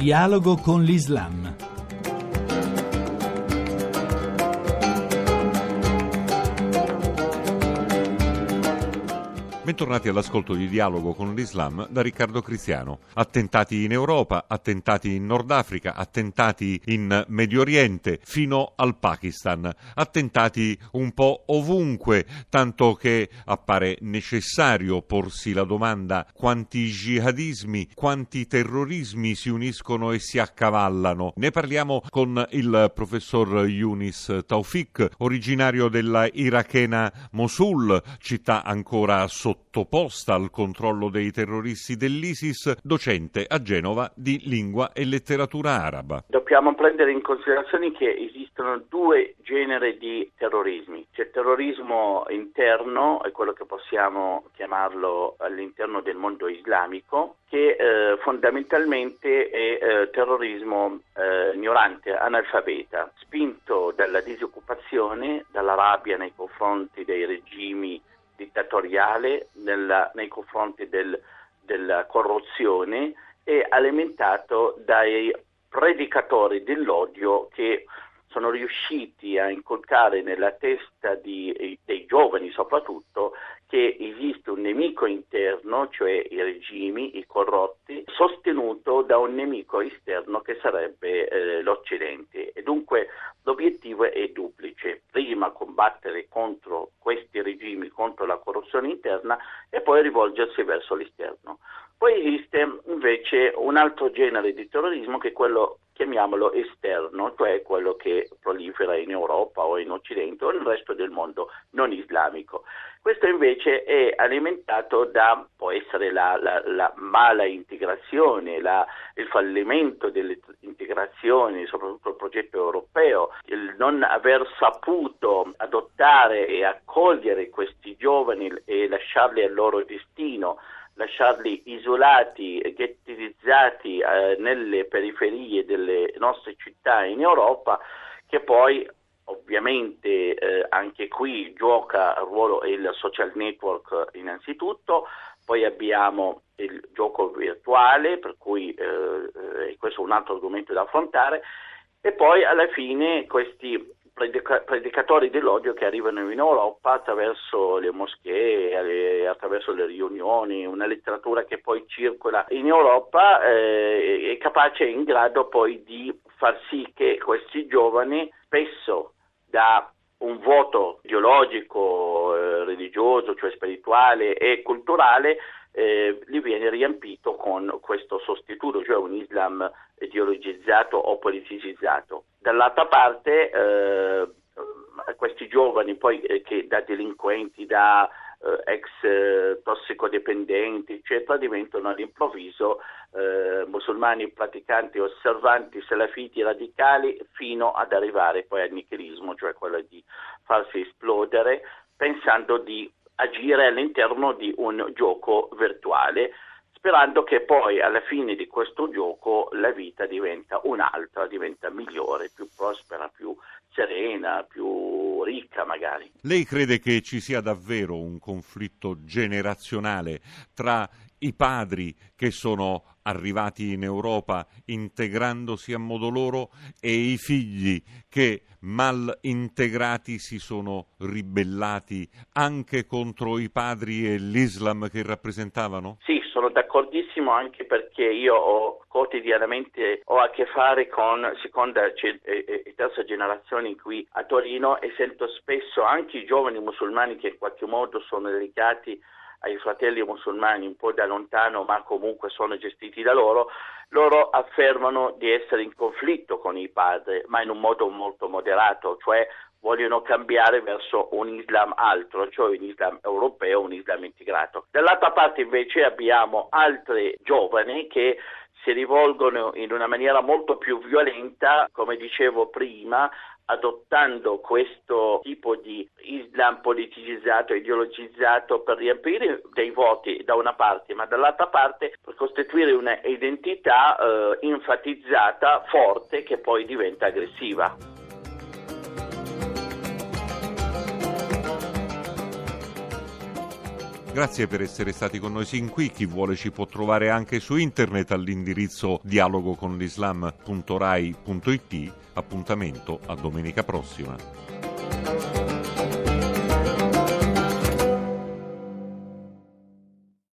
dialogo con l'Islam. Bentornati all'ascolto di Dialogo con l'Islam da Riccardo Cristiano. Attentati in Europa, attentati in Nord Africa, attentati in Medio Oriente, fino al Pakistan. Attentati un po' ovunque, tanto che appare necessario porsi la domanda: quanti jihadismi, quanti terrorismi si uniscono e si accavallano? Ne parliamo con il professor Younis Tawfiq, originario della irachena Mosul, città ancora sottoposta al controllo dei terroristi dell'ISIS, docente a Genova di lingua e letteratura araba. Dobbiamo prendere in considerazione che esistono due generi di terrorismi. C'è il terrorismo interno, è quello che possiamo chiamarlo all'interno del mondo islamico, che fondamentalmente è terrorismo ignorante, analfabeta, spinto dalla disoccupazione, dalla rabbia nei confronti dei regimi dittatoriale, nei confronti della corruzione, e alimentato dai predicatori dell'odio che sono riusciti a inculcare nella testa dei giovani soprattutto che esiste un nemico interno, cioè i regimi, i corrotti, sostenuto da un nemico esterno che sarebbe l'Occidente. E dunque l'obiettivo è duplice: prima combattere contro questi regimi, contro la corruzione interna, e poi rivolgersi verso l'esterno. Poi esiste invece un altro genere di terrorismo che è quello, chiamiamolo esterno, cioè quello che prolifera in Europa o in Occidente o nel resto del mondo non islamico. Questo invece è alimentato può essere la mala integrazione, il fallimento delle integrazioni, soprattutto il progetto europeo, il non aver saputo adottare e accogliere questi giovani e lasciarli al loro destino, lasciarli isolati, ghettizzati nelle periferie delle nostre città in Europa, che poi ovviamente anche qui gioca il ruolo il social network innanzitutto. Poi abbiamo il gioco virtuale, per cui questo è un altro argomento da affrontare, e poi alla fine questi predicatori dell'odio che arrivano in Europa attraverso le moschee, attraverso le riunioni, una letteratura che poi circola in Europa, è capace e in grado poi di far sì che questi giovani, spesso da un vuoto ideologico, religioso, cioè spirituale e culturale, gli viene riempito con questo sostituto, cioè un Islam ideologizzato o politicizzato. Dall'altra parte questi giovani poi che da delinquenti, da ex tossicodipendenti eccetera, diventano all'improvviso musulmani praticanti, osservanti, salafiti radicali, fino ad arrivare poi al nichilismo, cioè quello di farsi esplodere pensando di agire all'interno di un gioco virtuale, sperando che poi alla fine di questo gioco la vita diventa un'altra, diventa migliore, più prospera, più serena, più ricca magari. Lei crede che ci sia davvero un conflitto generazionale tra i padri che sono arrivati in Europa integrandosi a modo loro e i figli che mal integrati si sono ribellati anche contro i padri e l'Islam che rappresentavano? Sì, sono d'accordissimo, anche perché io quotidianamente ho a che fare con seconda e terza generazione qui a Torino, e sento spesso anche i giovani musulmani che in qualche modo sono legati ai fratelli musulmani un po' da lontano, ma comunque sono gestiti da loro affermano di essere in conflitto con i padri, ma in un modo molto moderato, cioè vogliono cambiare verso un Islam altro, cioè un Islam europeo, un Islam integrato. Dall'altra parte invece abbiamo altri giovani che si rivolgono in una maniera molto più violenta, come dicevo prima, adottando questo tipo di Islam politicizzato, ideologizzato, per riempire dei voti da una parte, ma dall'altra parte per costituire una identità enfatizzata, forte, che poi diventa aggressiva. Grazie per essere stati con noi sin qui. Chi vuole ci può trovare anche su internet all'indirizzo dialogoconlislam.rai.it. Appuntamento a domenica prossima.